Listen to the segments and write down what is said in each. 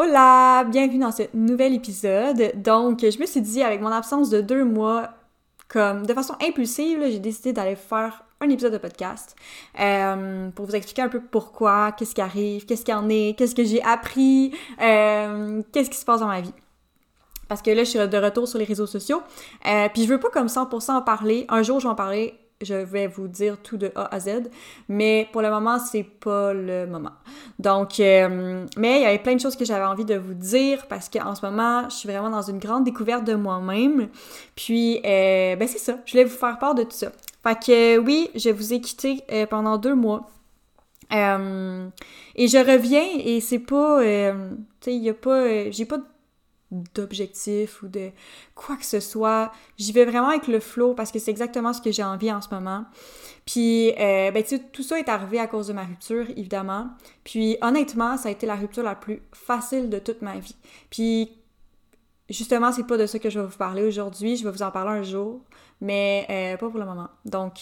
Hola! Bienvenue dans ce nouvel épisode. Donc, je me suis dit, avec mon absence de 2 mois, comme de façon impulsive, là, j'ai décidé d'aller faire un épisode de podcast pour vous expliquer un peu pourquoi, qu'est-ce qui arrive, qu'est-ce qu'il y en est, qu'est-ce que j'ai appris, qu'est-ce qui se passe dans ma vie. Parce que là, je suis de retour sur les réseaux sociaux. Puis je veux pas comme 100% en parler. Un jour, je vais en parler. Je vais vous dire tout de A à Z. Mais pour le moment, c'est pas le moment. Donc, mais il y avait plein de choses que j'avais envie de vous dire parce qu'en ce moment, je suis vraiment dans une grande découverte de moi-même. Puis, ben c'est ça. Je voulais vous faire part de tout ça. Fait que oui, je vous ai quitté pendant 2 mois. Et je reviens et c'est pas... tu sais, il y a pas... j'ai pas d'objectif ou de quoi que ce soit. J'y vais vraiment avec le flow parce que c'est exactement ce que j'ai envie en ce moment. Puis, ben tu sais, tout ça est arrivé à cause de ma rupture, évidemment. Puis, honnêtement, ça a été la rupture la plus facile de toute ma vie. Puis, justement, c'est pas de ça que je vais vous parler aujourd'hui. Je vais vous en parler un jour, mais pas pour le moment. Donc,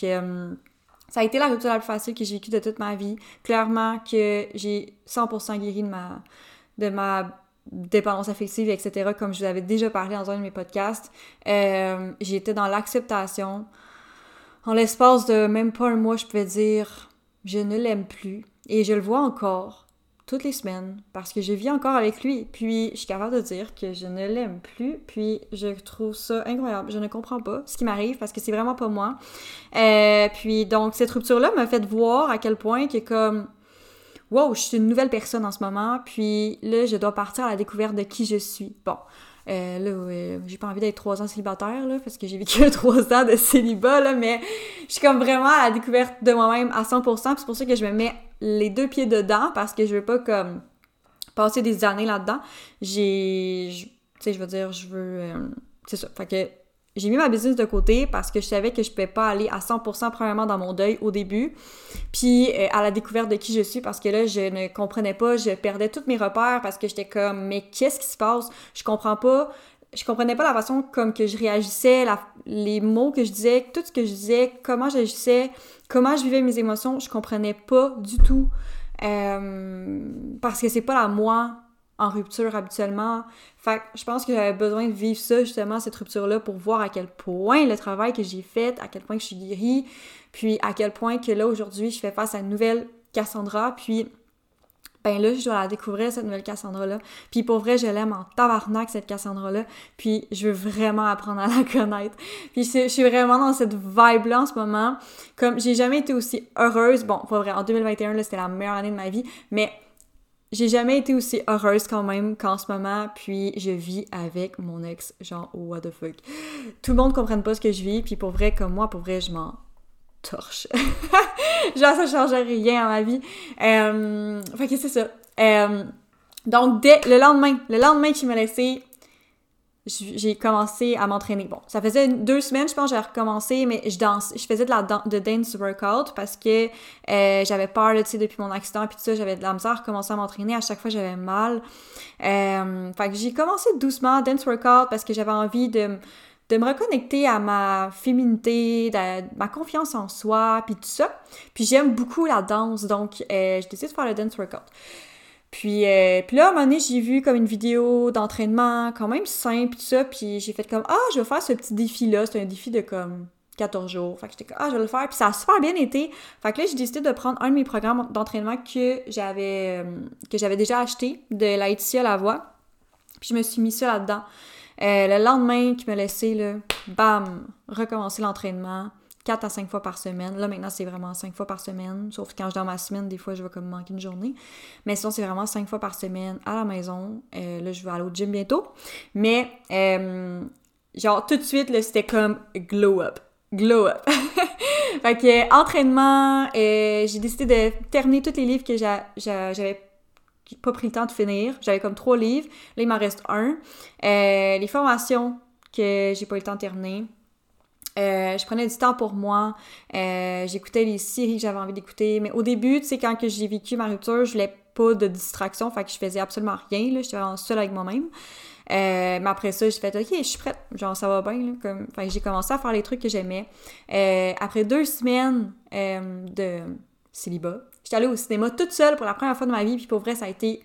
ça a été la rupture la plus facile que j'ai vécue de toute ma vie. Clairement que j'ai 100% guéri de ma dépendance affective, etc., comme je vous avais déjà parlé dans un de mes podcasts. J'étais dans l'acceptation. En l'espace de même pas un mois, je pouvais dire « je ne l'aime plus ». Et je le vois encore, toutes les semaines, parce que je vis encore avec lui. Puis, je suis capable de dire que je ne l'aime plus. Puis, je trouve ça incroyable. Je ne comprends pas ce qui m'arrive, parce que c'est vraiment pas moi. Puis, donc, cette rupture-là m'a fait voir à quel point que comme... wow, je suis une nouvelle personne en ce moment, puis là, je dois partir à la découverte de qui je suis. Bon, j'ai pas envie d'être 3 ans célibataire, là, parce que j'ai vécu 3 ans de célibat, là, mais je suis comme vraiment à la découverte de moi-même à 100%, puis c'est pour ça que je me mets les 2 pieds dedans, parce que je veux pas, comme, passer des années là-dedans. Tu sais, je veux dire, je veux... c'est ça, fait que... J'ai mis ma business de côté parce que je savais que je pouvais pas aller à 100% premièrement dans mon deuil au début, puis à la découverte de qui je suis parce que là, je ne comprenais pas, je perdais tous mes repères parce que j'étais comme, mais qu'est-ce qui se passe? Je comprenais pas la façon comme que je réagissais, les mots que je disais, tout ce que je disais, comment j'agissais, comment je vivais mes émotions, je comprenais pas du tout parce que c'est pas la moi en rupture habituellement. Fait que je pense que j'avais besoin de vivre ça, justement, cette rupture-là, pour voir à quel point le travail que j'ai fait, à quel point que je suis guérie, puis à quel point que là, aujourd'hui, je fais face à une nouvelle Cassandra, puis ben là, je dois la découvrir, cette nouvelle Cassandra-là. Puis pour vrai, je l'aime en tabarnak, cette Cassandra-là, puis je veux vraiment apprendre à la connaître. Puis je suis vraiment dans cette vibe-là en ce moment. Comme, j'ai jamais été aussi heureuse, bon, pas vrai, en 2021, là, c'était la meilleure année de ma vie, mais... j'ai jamais été aussi heureuse quand même qu'en ce moment, puis je vis avec mon ex, genre what the fuck. Tout le monde comprenne pas ce que je vis, puis pour vrai, comme moi, pour vrai, je m'en torche. Genre, ça change rien à ma vie. Fait que c'est ça. Donc, dès le lendemain qu'il m'a laissé, j'ai commencé à m'entraîner. Bon, ça faisait 2 semaines, je pense, j'ai recommencé, mais je faisais de dance workout parce que j'avais peur, là, tu sais, depuis mon accident, puis tout ça, j'avais de la misère à recommencer à m'entraîner, à chaque fois, j'avais mal. Fait que j'ai commencé doucement, dance workout, parce que j'avais envie de me reconnecter à ma féminité, ma confiance en soi, puis tout ça. Puis j'aime beaucoup la danse, donc j'ai décidé de faire le dance workout. Puis là, à un moment donné, j'ai vu comme une vidéo d'entraînement quand même simple, tout ça, puis j'ai fait comme « Ah, je vais faire ce petit défi-là ». C'était un défi de comme 14 jours. Fait que j'étais comme « Ah, je vais le faire ». Puis ça a super bien été. Fait que là, j'ai décidé de prendre un de mes programmes d'entraînement que j'avais déjà acheté, de Laetitia Lavoie. Puis je me suis mis ça là-dedans. Le lendemain qu'il m'a laissé, là, bam, recommencer l'entraînement. 4 à 5 fois par semaine. Là, maintenant, c'est vraiment 5 fois par semaine. Sauf que quand je suis dans ma semaine, des fois, je vais comme manquer une journée. Mais sinon, c'est vraiment 5 fois par semaine à la maison. Là, je vais aller au gym bientôt. Mais, genre, tout de suite, là, c'était comme glow up. Glow up. Fait que, entraînement, j'ai décidé de terminer tous les livres que j'avais pas pris le temps de finir. J'avais comme 3 livres. Là, il m'en reste un. Les formations que j'ai pas eu le temps de terminer. Je prenais du temps pour moi, j'écoutais les séries que j'avais envie d'écouter, mais au début, tu sais, quand que j'ai vécu ma rupture, je voulais pas de distraction, fait que je faisais absolument rien, là, j'étais vraiment seule avec moi-même. Mais après ça, j'ai fait « Ok, je suis prête, genre ça va bien, là. » Comme... Fait que j'ai commencé à faire les trucs que j'aimais. Après 2 semaines de célibat, j'étais allée au cinéma toute seule pour la première fois de ma vie, puis pour vrai, ça a été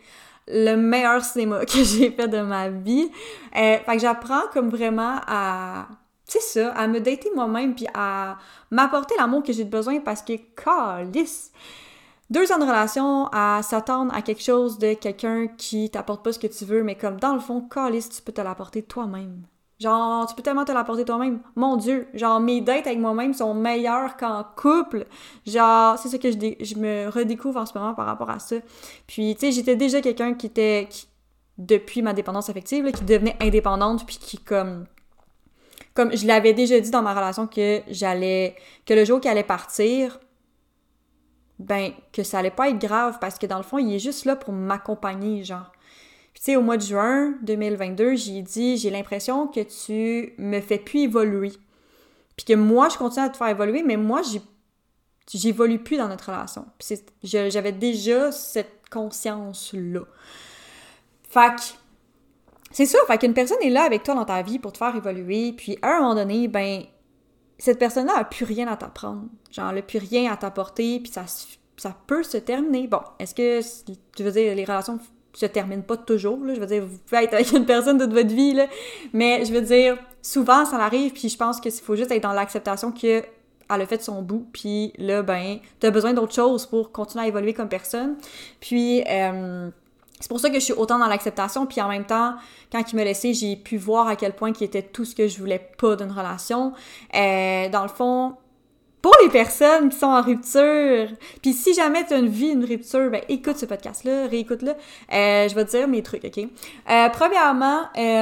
le meilleur cinéma que j'ai fait de ma vie. Fait que j'apprends comme vraiment à... C'est ça, à me dater moi-même puis à m'apporter l'amour que j'ai besoin parce que, calisse! 2 ans de relation à s'attendre à quelque chose de quelqu'un qui t'apporte pas ce que tu veux, mais comme dans le fond, calisse, tu peux te l'apporter toi-même. Genre, tu peux tellement te l'apporter toi-même. Mon Dieu, genre, mes dates avec moi-même sont meilleures qu'en couple. Genre, c'est ça que je me redécouvre en ce moment par rapport à ça. Puis, tu sais, j'étais déjà quelqu'un qui, depuis ma dépendance affective, là, qui devenait indépendante, puis qui, comme je l'avais déjà dit dans ma relation que le jour qu'elle allait partir, ben, que ça allait pas être grave parce que dans le fond, il est juste là pour m'accompagner, genre. Puis tu sais, au mois de juin 2022, j'ai dit, j'ai l'impression que tu me fais plus évoluer. Puis que moi, je continue à te faire évoluer, mais moi, j'évolue plus dans notre relation. Puis j'avais déjà cette conscience-là. Fait que, c'est ça, fait qu'une personne est là avec toi dans ta vie pour te faire évoluer, puis à un moment donné, ben, cette personne-là a plus rien à t'apprendre. Genre, elle a plus rien à t'apporter, puis ça peut se terminer. Bon, est-ce que, je veux dire, les relations se terminent pas toujours, là? Je veux dire, vous pouvez être avec une personne toute votre vie, là. Mais, je veux dire, souvent, ça arrive, puis je pense qu'il faut juste être dans l'acceptation que elle a fait son bout, puis là, ben, t'as besoin d'autre chose pour continuer à évoluer comme personne. Puis, c'est pour ça que je suis autant dans l'acceptation, puis en même temps, quand il m'a laissé, j'ai pu voir à quel point il était tout ce que je voulais pas d'une relation. Dans le fond, pour les personnes qui sont en rupture, puis si jamais tu as une rupture, ben écoute ce podcast-là, réécoute-le. Je vais te dire mes trucs, OK? Premièrement,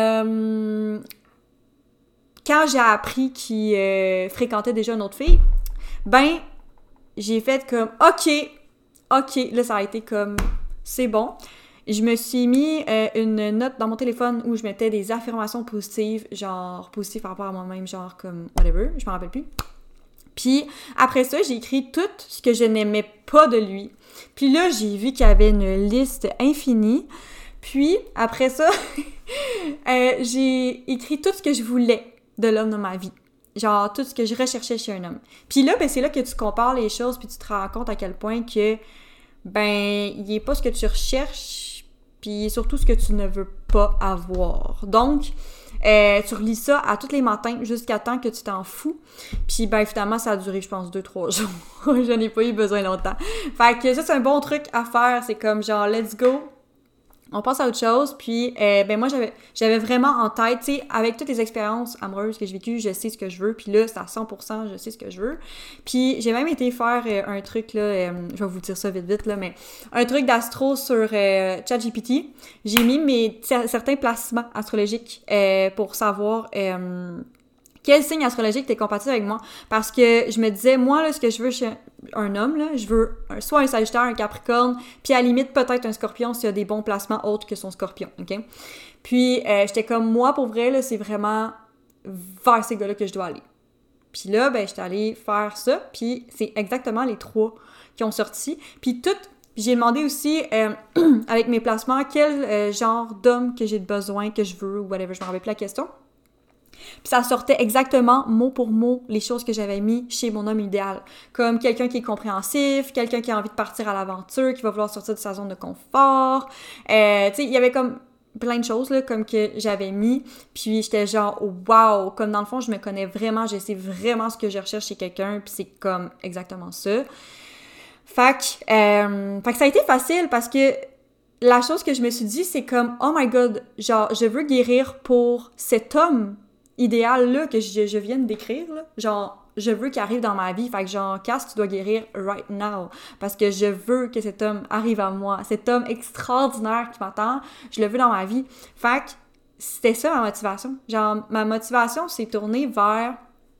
quand j'ai appris qu'il fréquentait déjà une autre fille, ben, j'ai fait comme, OK, là, ça a été comme, c'est bon. Je me suis mis une note dans mon téléphone où je mettais des affirmations positives, genre positives par rapport à moi-même, genre comme whatever, je m'en rappelle plus. Puis après ça, j'ai écrit tout ce que je n'aimais pas de lui. Puis là, j'ai vu qu'il y avait une liste infinie. Puis après ça, j'ai écrit tout ce que je voulais de l'homme dans ma vie. Genre tout ce que je recherchais chez un homme. Puis là, ben c'est là que tu compares les choses puis tu te rends compte à quel point que ben il est pas ce que tu recherches puis surtout ce que tu ne veux pas avoir. Donc, tu relis ça à tous les matins jusqu'à temps que tu t'en fous. Puis ben finalement, ça a duré, je pense, 2-3 jours. J'en ai pas eu besoin longtemps. Fait que ça, c'est un bon truc à faire. C'est comme genre, let's go. On passe à autre chose, puis ben moi j'avais vraiment en tête, tu sais, avec toutes les expériences amoureuses que j'ai vécues, je sais ce que je veux, puis là c'est à 100%, je sais ce que je veux. Puis j'ai même été faire un truc là, je vais vous dire ça vite là, mais un truc d'astro sur ChatGPT. J'ai mis certains placements astrologiques pour savoir quel signe astrologique t'es compatible avec moi? Parce que je me disais, moi, là, ce que je veux chez un homme, là, je veux soit un Sagittaire, un Capricorne, puis à la limite, peut-être un Scorpion s'il y a des bons placements autres que son Scorpion, OK? Puis, j'étais comme, moi, pour vrai, là, c'est vraiment vers ces gars-là que je dois aller. Puis là, ben, j'étais allée faire ça, puis c'est exactement les 3 qui ont sorti. Puis j'ai demandé aussi, avec mes placements, quel genre d'homme que j'ai besoin, que je veux, ou whatever, je me rappelle plus la question. Puis ça sortait exactement mot pour mot les choses que j'avais mis chez mon homme idéal. Comme quelqu'un qui est compréhensif, quelqu'un qui a envie de partir à l'aventure, qui va vouloir sortir de sa zone de confort. Tu sais, il y avait comme plein de choses là, comme que j'avais mis. Puis j'étais genre wow! Comme dans le fond, je me connais vraiment, je sais vraiment ce que je recherche chez quelqu'un, puis c'est comme exactement ça. Fait que ça a été facile parce que la chose que je me suis dit, c'est comme oh my god, genre je veux guérir pour cet homme idéal-là que je viens de décrire, là, genre, je veux qu'il arrive dans ma vie, fait que genre, Cass, tu dois guérir right now, parce que je veux que cet homme arrive à moi, cet homme extraordinaire qui m'attend, je le veux dans ma vie. Fait que c'était ça ma motivation. Genre, ma motivation s'est tournée vers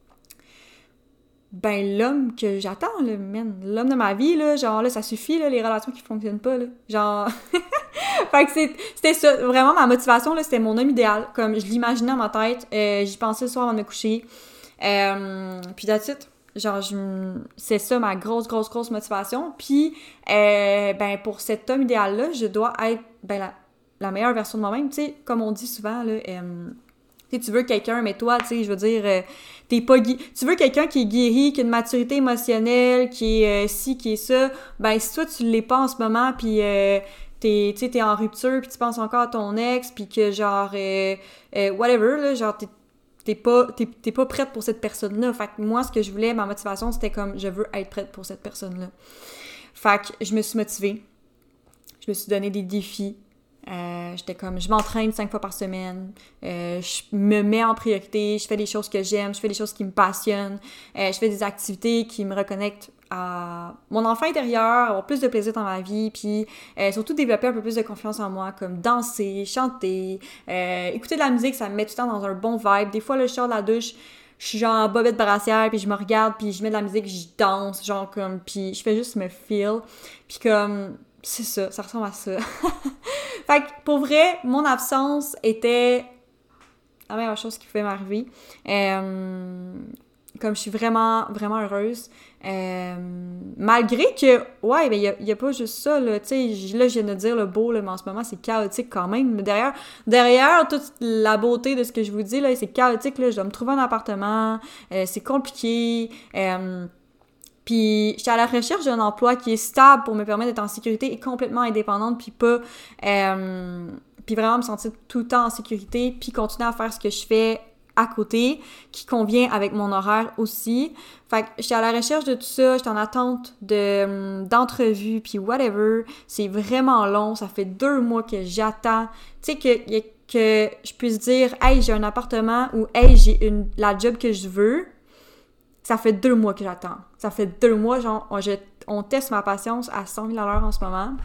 ben l'homme que j'attends, là, man. L'homme de ma vie, là, genre, là, ça suffit, là, les relations qui fonctionnent pas, là. Genre... Fait que c'était ça. Vraiment, ma motivation, là, c'était mon homme idéal. Comme, je l'imaginais dans ma tête. J'y pensais le soir avant de me coucher. Puis that's it. Genre, c'est ça ma grosse motivation. Puis, ben, pour cet homme idéal-là, je dois être, ben, la meilleure version de moi-même. Tu sais, comme on dit souvent, là... tu veux quelqu'un, mais toi, tu sais, je veux dire, t'es pas tu veux quelqu'un qui est guéri, qui a une maturité émotionnelle, qui est ci, qui est ça. Ben, si toi, tu l'es pas en ce moment, puis t'es en rupture, puis tu penses encore à ton ex, puis que genre, whatever, là, genre, t'es pas prête pour cette personne-là. Fait que moi, ce que je voulais, ma motivation, c'était comme, je veux être prête pour cette personne-là. Fait que je me suis motivée. Je me suis donné des défis. J'étais comme, je m'entraîne 5 fois par semaine, je me mets en priorité, je fais des choses que j'aime, je fais des choses qui me passionnent, je fais des activités qui me reconnectent à mon enfant intérieur, avoir plus de plaisir dans ma vie, puis surtout développer un peu plus de confiance en moi, comme danser, chanter, écouter de la musique, ça me met tout le temps dans un bon vibe. Des fois, là, je sors de la douche, je suis genre en bobette brassière, puis je me regarde, puis je mets de la musique, je danse, genre comme, puis je fais juste me feel, puis comme, c'est ça ressemble à ça. Fait que, pour vrai, mon absence était la meilleure chose qui pouvait m'arriver. Comme je suis vraiment, vraiment heureuse. Malgré que, ouais, ben, il y a pas juste ça, là, tu sais, là, je viens de dire le beau, là, mais en ce moment, c'est chaotique quand même. Mais derrière toute la beauté de ce que je vous dis, là, c'est chaotique, là, je dois me trouver un appartement, c'est compliqué, puis j'étais à la recherche d'un emploi qui est stable pour me permettre d'être en sécurité et complètement indépendante, puis pas... puis vraiment me sentir tout le temps en sécurité, puis continuer à faire ce que je fais à côté, qui convient avec mon horaire aussi. Fait que j'étais à la recherche de tout ça, j'étais en attente d'entrevues, puis whatever. C'est vraiment long, ça fait 2 mois que j'attends. Tu sais, que je puisse dire « Hey, j'ai un appartement » ou « Hey, j'ai la job que je veux ». Ça fait 2 mois que j'attends. Ça fait 2 mois, genre, on teste ma patience à 100 000 à l'heure en ce moment.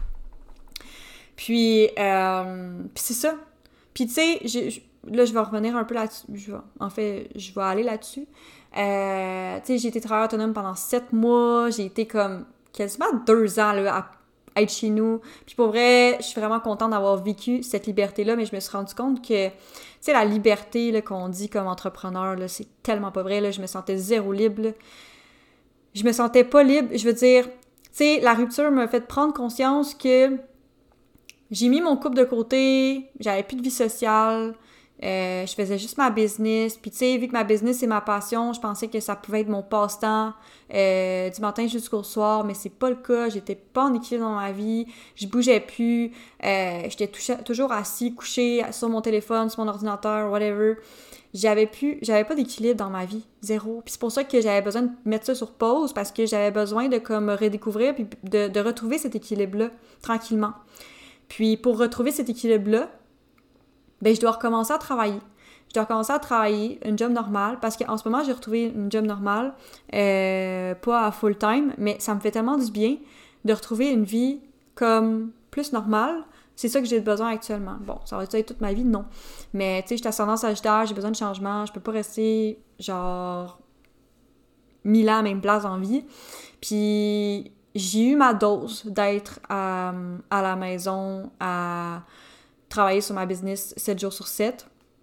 Puis c'est ça. Puis tu sais, là, je vais revenir un peu là-dessus. Je vais aller là-dessus. Tu sais, j'ai été travailleuse autonome pendant 7 mois. J'ai été comme quasiment 2 ans là, à être chez nous. Puis pour vrai, je suis vraiment contente d'avoir vécu cette liberté-là, mais je me suis rendu compte que, tu sais, la liberté là, qu'on dit comme entrepreneur, là, c'est tellement pas vrai. Là, je me sentais zéro libre. Là. Je me sentais pas libre. Je veux dire, tu sais, la rupture m'a fait prendre conscience que j'ai mis mon couple de côté, j'avais plus de vie sociale, je faisais juste ma business. Puis tu sais, vu que ma business c'est ma passion, je pensais que ça pouvait être mon passe-temps du matin jusqu'au soir, mais c'est pas le cas. J'étais pas en équilibre dans ma vie, je bougeais plus, j'étais toujours assis, couché sur mon téléphone, sur mon ordinateur, whatever. J'avais pas d'équilibre dans ma vie, zéro. Puis c'est pour ça que j'avais besoin de mettre ça sur pause, parce que j'avais besoin de comme redécouvrir puis de retrouver cet équilibre-là tranquillement. Puis pour retrouver cet équilibre-là, ben je dois recommencer à travailler. Je dois recommencer à travailler une job normale, parce qu'en ce moment, j'ai retrouvé une job normale, pas à full time, mais ça me fait tellement du bien de retrouver une vie comme plus normale. C'est ça que j'ai besoin actuellement. Bon, ça va être toute ma vie? Non. Mais tu sais, je suis ascendant Sagittaire, j'ai besoin de changement, je peux pas rester genre 1000 ans à la même place en vie. Puis j'ai eu ma dose d'être à la maison, à travailler sur ma business 7 jours sur 7.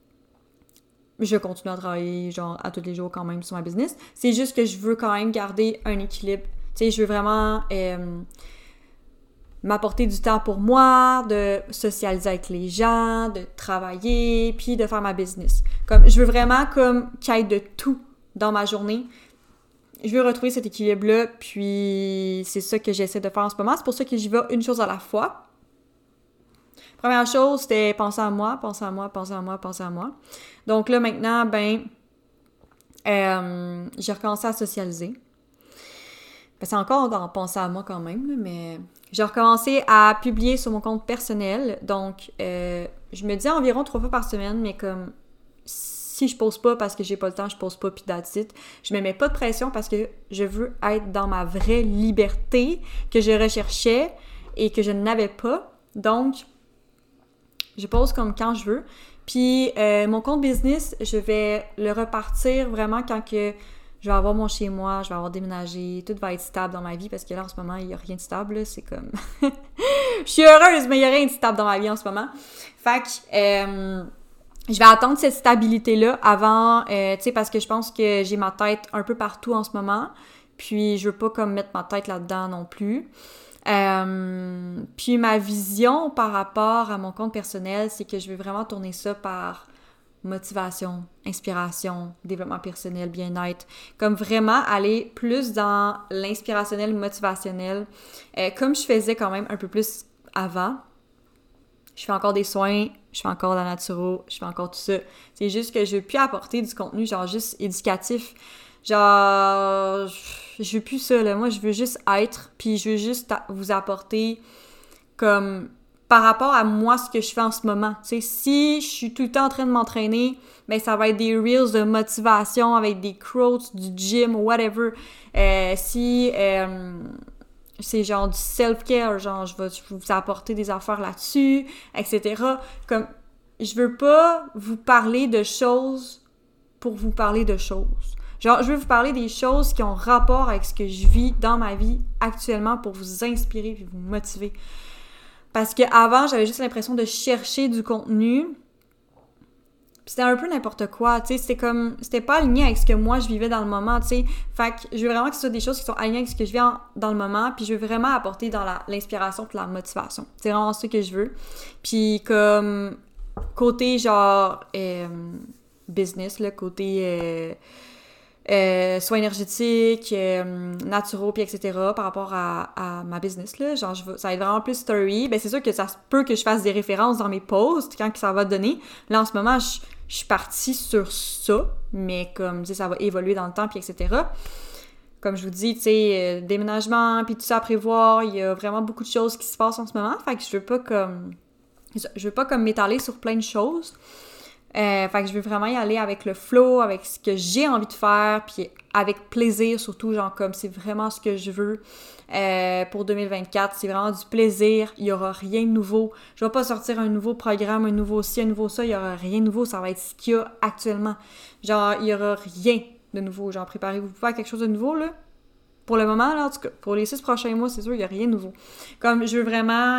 Je continue à travailler genre à tous les jours quand même sur ma business. C'est juste que je veux quand même garder un équilibre. Tu sais, je veux vraiment m'apporter du temps pour moi, de socialiser avec les gens, de travailler, puis de faire ma business. Comme je veux vraiment comme qu'il y ait de tout dans ma journée. Je veux retrouver cet équilibre-là, puis c'est ça que j'essaie de faire en ce moment. C'est pour ça que j'y vais une chose à la fois. Première chose, c'était penser à moi, penser à moi, penser à moi, penser à moi. Donc là, maintenant, j'ai recommencé à socialiser. Ben, c'est encore dans penser à moi quand même, mais j'ai recommencé à publier sur mon compte personnel. Donc, je me dis environ 3 fois par semaine, mais comme si je pose pas parce que j'ai pas le temps, je pose pas, puis that's it. Je me mets pas de pression parce que je veux être dans ma vraie liberté que je recherchais et que je n'avais pas. Donc, je pose comme quand je veux. Puis, mon compte business, je vais le repartir vraiment quand que je vais avoir mon chez-moi, je vais avoir déménagé, tout va être stable dans ma vie, parce que là, en ce moment, il n'y a rien de stable, là, c'est comme... Je suis heureuse, mais il n'y a rien de stable dans ma vie en ce moment. Fait que, je vais attendre cette stabilité-là avant, tu sais, parce que je pense que j'ai ma tête un peu partout en ce moment, puis je veux pas comme mettre ma tête là-dedans non plus. Puis ma vision par rapport à mon compte personnel, c'est que je vais vraiment tourner ça par motivation, inspiration, développement personnel, bien-être, comme vraiment aller plus dans l'inspirationnel, motivationnel, comme je faisais quand même un peu plus avant. je fais encore des soins, je fais encore de la naturo, je fais encore tout ça. C'est juste que je veux plus apporter du contenu, genre, juste éducatif. Genre, je veux plus ça, là. Moi, je veux juste être, puis je veux juste vous apporter comme par rapport à moi, ce que je fais en ce moment. Tu sais, si je suis tout le temps en train de m'entraîner, ben ça va être des reels de motivation avec des quotes du gym, whatever. Si c'est genre du self-care, genre je vais vous apporter des affaires là-dessus, etc. Comme, je veux pas vous parler de choses pour vous parler de choses. Genre, je veux vous parler des choses qui ont rapport avec ce que je vis dans ma vie actuellement pour vous inspirer et vous motiver. Parce qu'avant, j'avais juste l'impression de chercher du contenu. Puis c'était un peu n'importe quoi, tu sais. C'était pas aligné avec ce que moi, je vivais dans le moment, tu sais. Fait que je veux vraiment que ce soit des choses qui sont alignées avec ce que je vis dans le moment. Puis je veux vraiment apporter dans l'inspiration et la motivation. C'est vraiment ce que je veux. Puis comme côté genre business, là, côté soins énergétiques, naturaux, puis etc. par rapport à ma business, là. Genre, ça va être vraiment plus story. Ben, c'est sûr que ça se peut que je fasse des références dans mes posts quand ça va donner. Là, en ce moment, je suis partie sur ça, mais comme, tu sais, ça va évoluer dans le temps, puis etc. Comme je vous dis, tu sais, déménagement, puis tout ça à prévoir, il y a vraiment beaucoup de choses qui se passent en ce moment. Fait que je veux pas comme m'étaler sur plein de choses. Fait que je veux vraiment y aller avec le flow, avec ce que j'ai envie de faire, puis avec plaisir surtout, genre comme c'est vraiment ce que je veux pour 2024. C'est vraiment du plaisir, il y aura rien de nouveau. Je vais pas sortir un nouveau programme, un nouveau ci, un nouveau ça, il y aura rien de nouveau, ça va être ce qu'il y a actuellement. Genre, il y aura rien de nouveau, genre préparez-vous pas à quelque chose de nouveau, là. Pour le moment, là, en tout cas, pour les 6 prochains mois, c'est sûr, il y a rien de nouveau. Comme, je veux vraiment...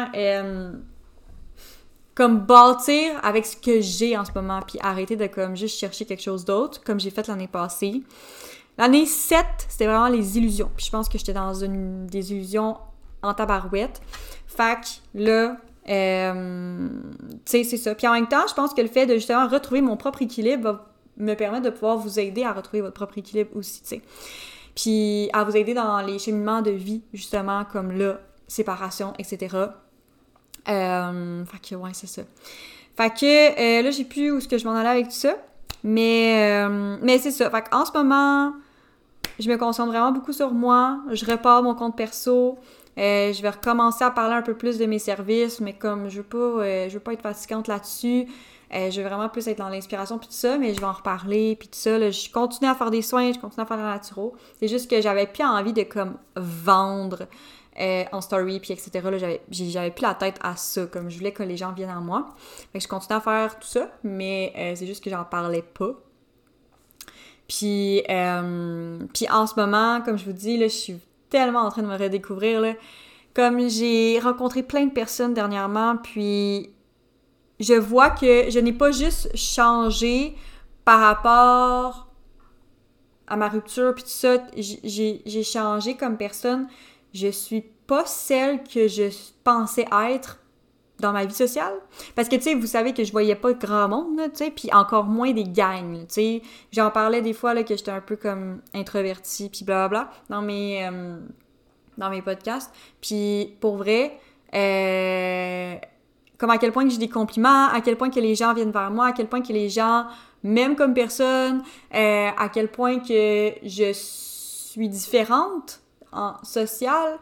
comme bâtir avec ce que j'ai en ce moment, puis arrêter de comme juste chercher quelque chose d'autre, comme j'ai fait l'année passée. L'année 7, c'était vraiment les illusions. Puis je pense que j'étais dans des illusions en tabarouette. Fait que là, tu sais, c'est ça. Puis en même temps, je pense que le fait de justement retrouver mon propre équilibre va me permettre de pouvoir vous aider à retrouver votre propre équilibre aussi, tu sais. Puis à vous aider dans les cheminements de vie, justement, comme là, séparation, etc. Fait que ouais, c'est ça. Fait que là, j'ai plus où est-ce que je m'en allais avec tout ça. Mais c'est ça. Fait qu'en ce moment, je me concentre vraiment beaucoup sur moi. Je repars mon compte perso. Je vais recommencer à parler un peu plus de mes services, mais comme je veux pas être fatigante là-dessus. Je veux vraiment plus être dans l'inspiration puis tout ça, mais je vais en reparler puis tout ça. Là, je continue à faire des soins, je continue à faire de la naturo. C'est juste que j'avais plus envie de comme vendre en story, puis etc. Là, j'avais plus la tête à ça, comme je voulais que les gens viennent à moi. Fait que je continue à faire tout ça, mais c'est juste que j'en parlais pas. Puis en ce moment, comme je vous dis, là, je suis tellement en train de me redécouvrir, là. Comme j'ai rencontré plein de personnes dernièrement, puis je vois que je n'ai pas juste changé par rapport à ma rupture, puis tout ça, j'ai changé comme personne. Je suis pas celle que je pensais être dans ma vie sociale. Parce que, tu sais, vous savez que je voyais pas grand monde, là, tu sais, puis encore moins des gangs, tu sais. J'en parlais des fois, là, que j'étais un peu comme introvertie, puis blablabla, dans mes podcasts. Puis, pour vrai, comme à quel point que j'ai des compliments, à quel point que les gens viennent vers moi, à quel point que les gens m'aiment comme personne, à quel point que je suis différente en social.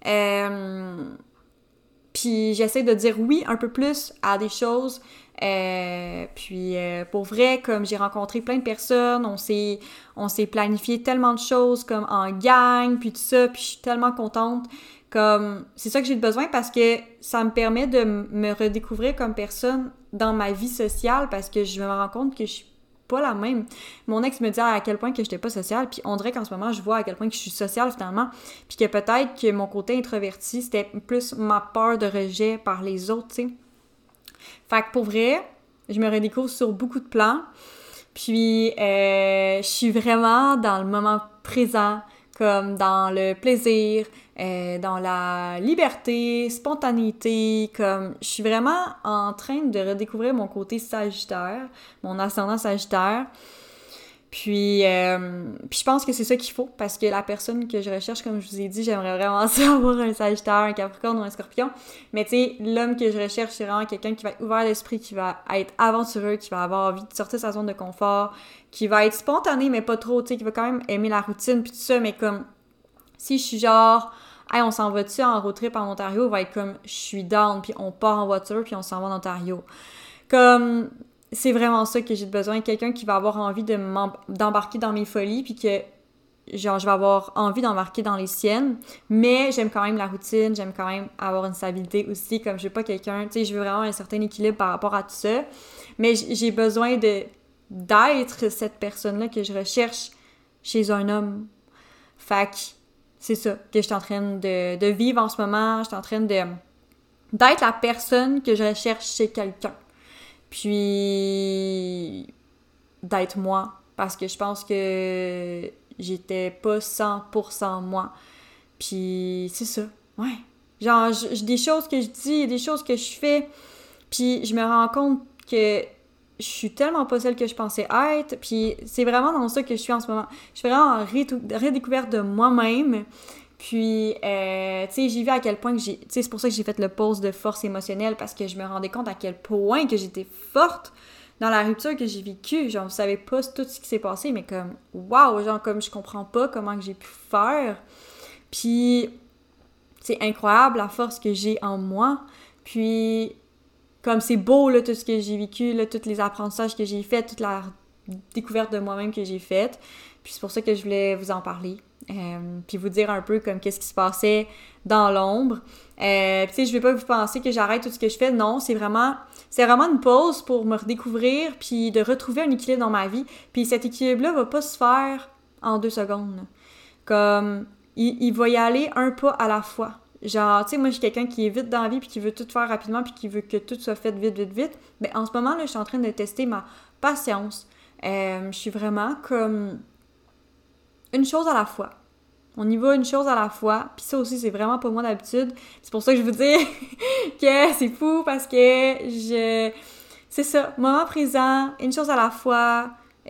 Puis j'essaie de dire oui un peu plus à des choses. Puis pour vrai, comme j'ai rencontré plein de personnes, on s'est planifié tellement de choses comme en gang, puis tout ça, puis je suis tellement contente. Comme c'est ça que j'ai besoin parce que ça me permet de me redécouvrir comme personne dans ma vie sociale parce que je me rends compte que je suis pas la même. Mon ex me dit à quel point que j'étais pas sociale, puis on dirait qu'en ce moment, je vois à quel point que je suis sociale finalement, puis que peut-être que mon côté introverti, c'était plus ma peur de rejet par les autres, tu sais. Fait que pour vrai, je me redécouvre sur beaucoup de plans, puis je suis vraiment dans le moment présent, comme dans le plaisir, dans la liberté, spontanéité, comme je suis vraiment en train de redécouvrir mon côté sagittaire, mon ascendant sagittaire. Puis je pense que c'est ça qu'il faut, parce que la personne que je recherche, comme je vous ai dit, j'aimerais vraiment ça avoir un Sagittaire, un Capricorne ou un Scorpion. Mais tu sais, l'homme que je recherche, c'est vraiment quelqu'un qui va être ouvert d'esprit, qui va être aventureux, qui va avoir envie de sortir de sa zone de confort, qui va être spontané, mais pas trop, tu sais, qui va quand même aimer la routine, puis tout ça, mais comme, si je suis genre, hey, on s'en va-tu en road trip en Ontario, va être comme, je suis down, puis on part en voiture, puis on s'en va en Ontario. Comme, c'est vraiment ça que j'ai besoin, quelqu'un qui va avoir envie d'embarquer dans mes folies, puis que, genre, je vais avoir envie d'embarquer dans les siennes, mais j'aime quand même la routine, j'aime quand même avoir une stabilité aussi, comme je veux pas quelqu'un, tu sais, je veux vraiment un certain équilibre par rapport à tout ça, mais j'ai besoin d'être cette personne-là que je recherche chez un homme. Fait que c'est ça que je suis en train de vivre en ce moment, je suis en train d'être la personne que je recherche chez quelqu'un. Puis d'être moi, parce que je pense que j'étais pas 100% moi. Puis c'est ça, ouais. Genre, des choses que je dis, des choses que je fais, puis je me rends compte que je suis tellement pas celle que je pensais être, puis c'est vraiment dans ça que je suis en ce moment. Je suis vraiment en redécouverte de moi-même. Puis, tu sais, j'ai vu à quel point que j'ai... Tu sais, c'est pour ça que j'ai fait le pause de force émotionnelle, parce que je me rendais compte à quel point que j'étais forte dans la rupture que j'ai vécue. Genre, vous savez pas tout ce qui s'est passé, mais comme, waouh, genre, comme je comprends pas comment que j'ai pu faire. Puis, c'est incroyable la force que j'ai en moi. Puis, comme c'est beau, là, tout ce que j'ai vécu, là, tous les apprentissages que j'ai faits, toute la découverte de moi-même que j'ai faite. Puis c'est pour ça que je voulais vous en parler. Puis vous dire un peu comme qu'est-ce qui se passait dans l'ombre. Puis tu sais, je vais pas vous penser que j'arrête tout ce que je fais. Non, c'est vraiment une pause pour me redécouvrir puis de retrouver un équilibre dans ma vie. Puis cet équilibre-là va pas se faire en 2 secondes. Comme, il va y aller un pas à la fois. Genre, tu sais, moi, je suis quelqu'un qui est vite dans la vie puis qui veut tout faire rapidement puis qui veut que tout soit fait vite, vite, vite. Mais en ce moment, là, je suis en train de tester ma patience. Je suis vraiment comme une chose à la fois. On y va une chose à la fois. Puis ça aussi, c'est vraiment pas moi d'habitude. C'est pour ça que je vous dis que c'est fou parce que c'est ça, moment présent, une chose à la fois.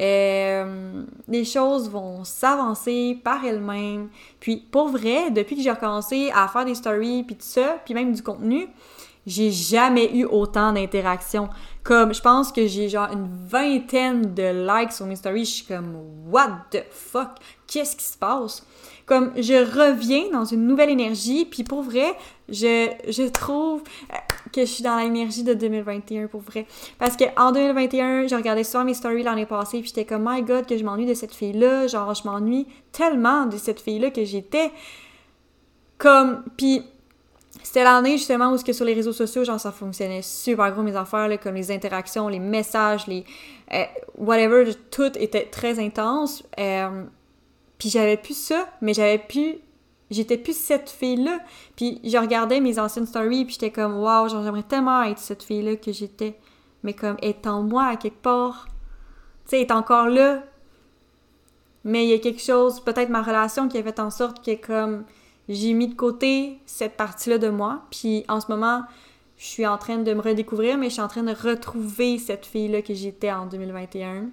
Les choses vont s'avancer par elles-mêmes. Puis pour vrai, depuis que j'ai recommencé à faire des stories puis tout ça, puis même du contenu, j'ai jamais eu autant d'interactions. Comme, je pense que j'ai genre une vingtaine de likes sur mes stories. Je suis comme, what the fuck? Qu'est-ce qui se passe? Comme, je reviens dans une nouvelle énergie, puis pour vrai, je trouve que je suis dans l'énergie de 2021, pour vrai. Parce que en 2021, je regardais souvent mes stories l'année passée, puis j'étais comme, my God, que je m'ennuie de cette fille-là. Genre, je m'ennuie tellement de cette fille-là que j'étais comme... Puis c'était l'année, justement, où ce que sur les réseaux sociaux, genre, ça fonctionnait super gros, mes affaires, là, comme les interactions, les messages, les... whatever, tout était très intense. Puis j'avais plus ça, mais j'étais plus cette fille-là. Puis je regardais mes anciennes stories, puis j'étais comme, wow, genre, j'aimerais tellement être cette fille-là que j'étais. Mais comme, elle est en moi, à quelque part. Tu sais, elle est encore là. Mais il y a quelque chose, peut-être ma relation qui a fait en sorte que, comme, j'ai mis de côté cette partie-là de moi. Puis en ce moment, je suis en train de me redécouvrir, mais je suis en train de retrouver cette fille-là que j'étais en 2021.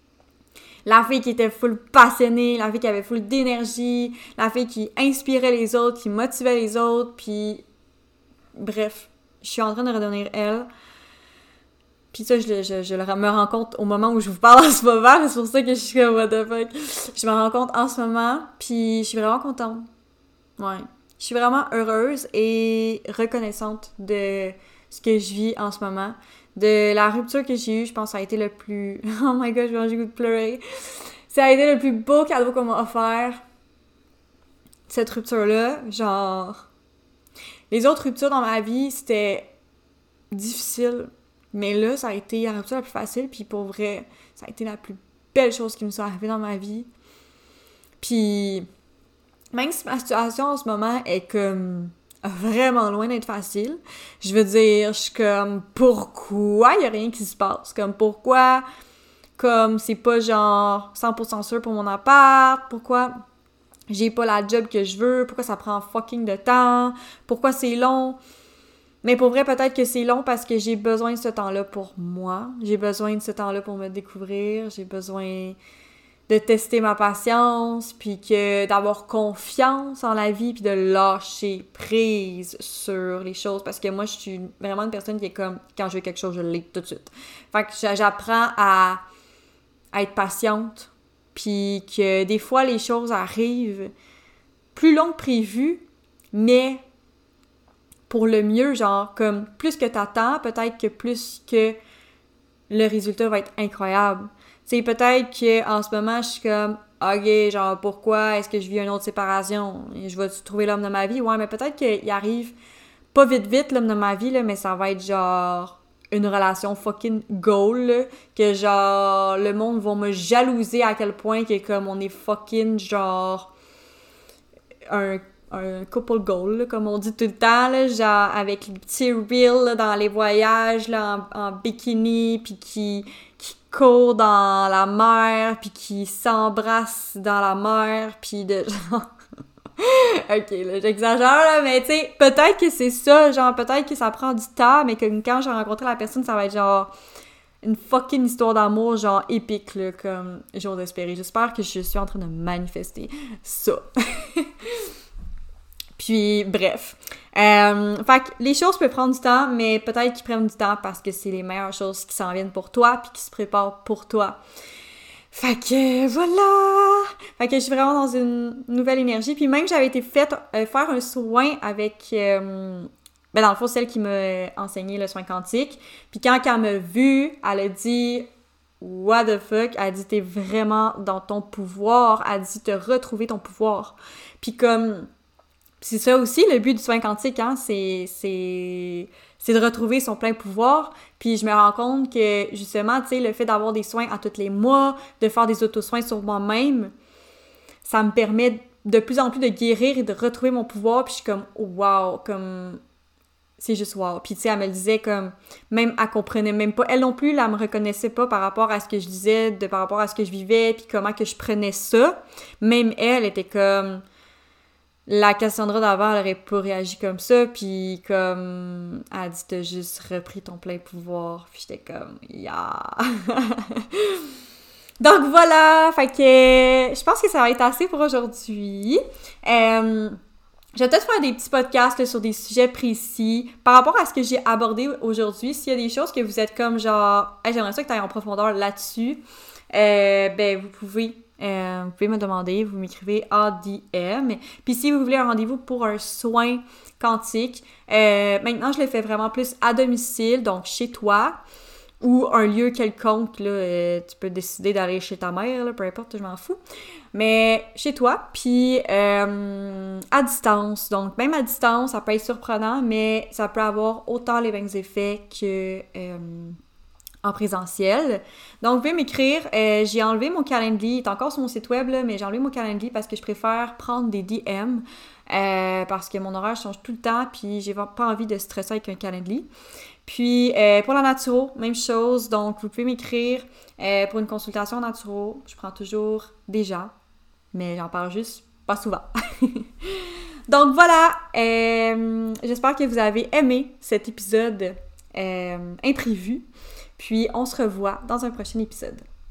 La fille qui était full passionnée, la fille qui avait full d'énergie, la fille qui inspirait les autres, qui motivait les autres, puis... Bref, je suis en train de redevenir elle. Puis ça, je me rends compte au moment où je vous parle en ce moment, c'est pour ça que je suis comme, what the fuck. Je me rends compte en ce moment, puis je suis vraiment contente. Ouais. Je suis vraiment heureuse et reconnaissante de ce que je vis en ce moment. De la rupture que j'ai eue, je pense que ça a été le plus... Oh my God, j'ai le goût de pleurer. Ça a été le plus beau cadeau qu'on m'a offert. Cette rupture-là, genre... Les autres ruptures dans ma vie, c'était difficile. Mais là, ça a été la rupture la plus facile. Puis pour vrai, ça a été la plus belle chose qui me soit arrivée dans ma vie. Puis... Même si ma situation en ce moment est comme... vraiment loin d'être facile. Je veux dire, je suis comme, pourquoi il y a rien qui se passe? Comme, pourquoi, comme, c'est pas genre 100% sûr pour mon appart? Pourquoi j'ai pas la job que je veux? Pourquoi ça prend fucking de temps? Pourquoi c'est long? Mais pour vrai, peut-être que c'est long parce que j'ai besoin de ce temps-là pour moi. J'ai besoin de ce temps-là pour me découvrir. J'ai besoin de tester ma patience, puis que d'avoir confiance en la vie, puis de lâcher prise sur les choses, parce que moi, je suis vraiment une personne qui est comme, quand je veux quelque chose, je l'ai tout de suite. Fait que j'apprends à être patiente, puis que des fois, les choses arrivent plus long que prévu, mais pour le mieux, genre, comme, plus que t'attends, peut-être que plus que le résultat va être incroyable. Tu sais, peut-être qu'en ce moment, je suis comme, ok, genre, pourquoi est-ce que je vis une autre séparation? Et je vais trouver l'homme de ma vie? Ouais, mais peut-être qu'il arrive pas vite, l'homme de ma vie, là, mais ça va être genre une relation fucking goal, là, que genre, le monde va me jalouser à quel point que comme on est fucking genre un couple goal, là, comme on dit tout le temps, là, genre avec les petits reels là, dans les voyages là, en bikini, puis qui courent dans la mer, puis qui s'embrassent dans la mer, puis de genre... Ok, là, j'exagère, là, mais tu sais, peut-être que c'est ça, genre, peut-être que ça prend du temps, mais que quand j'ai rencontré la personne, ça va être genre une fucking histoire d'amour, genre, épique, là, comme j'ose espérer. J'espère que je suis en train de manifester ça. Puis, bref. Fait que les choses peuvent prendre du temps, mais peut-être qu'ils prennent du temps parce que c'est les meilleures choses qui s'en viennent pour toi puis qui se préparent pour toi. Fait que voilà! Fait que je suis vraiment dans une nouvelle énergie. Puis même, j'avais été faite faire un soin avec... ben dans le fond, celle qui m'a enseigné le soin quantique. Puis quand elle m'a vue, elle a dit... What the fuck? Elle a dit, t'es vraiment dans ton pouvoir. Elle a dit, te retrouver ton pouvoir. Puis comme... C'est ça aussi, le but du soin quantique, hein, c'est de retrouver son plein pouvoir. Puis je me rends compte que, justement, tu sais, le fait d'avoir des soins à tous les mois, de faire des auto-soins sur moi-même, ça me permet de plus en plus de guérir et de retrouver mon pouvoir. Puis je suis comme, wow, comme... C'est juste wow. Puis tu sais, elle me le disait comme... Même, elle comprenait même pas. Elle non plus, elle me reconnaissait pas par rapport à ce que je disais, par rapport à ce que je vivais, puis comment que je prenais ça. Même elle était comme... La Cassandra d'avant, elle aurait pas réagi comme ça, puis comme, elle a dit, t'as juste repris ton plein pouvoir, puis j'étais comme, yeah! Donc voilà, fait que je pense que ça va être assez pour aujourd'hui. Je vais peut-être faire des petits podcasts là, sur des sujets précis par rapport à ce que j'ai abordé aujourd'hui. S'il y a des choses que vous êtes comme genre, hey, j'aimerais ça que tu ailles en profondeur là-dessus, ben vous pouvez me demander, vous m'écrivez ADM. Puis si vous voulez un rendez-vous pour un soin quantique, maintenant je le fais vraiment plus à domicile, donc chez toi, ou un lieu quelconque, là, tu peux décider d'aller chez ta mère, là, peu importe, je m'en fous. Mais chez toi, puis à distance. Donc même à distance, ça peut être surprenant, mais ça peut avoir autant les mêmes effets que... en présentiel. Donc, vous pouvez m'écrire. J'ai enlevé mon Calendly. Il est encore sur mon site web, là, mais j'ai enlevé mon Calendly parce que je préfère prendre des DM parce que mon horaire change tout le temps puis j'ai pas envie de stresser avec un Calendly. Puis, pour la naturo, même chose. Donc, vous pouvez m'écrire pour une consultation naturo. Je prends toujours des gens, mais j'en parle juste pas souvent. Donc, voilà. J'espère que vous avez aimé cet épisode imprévu. Puis, on se revoit dans un prochain épisode.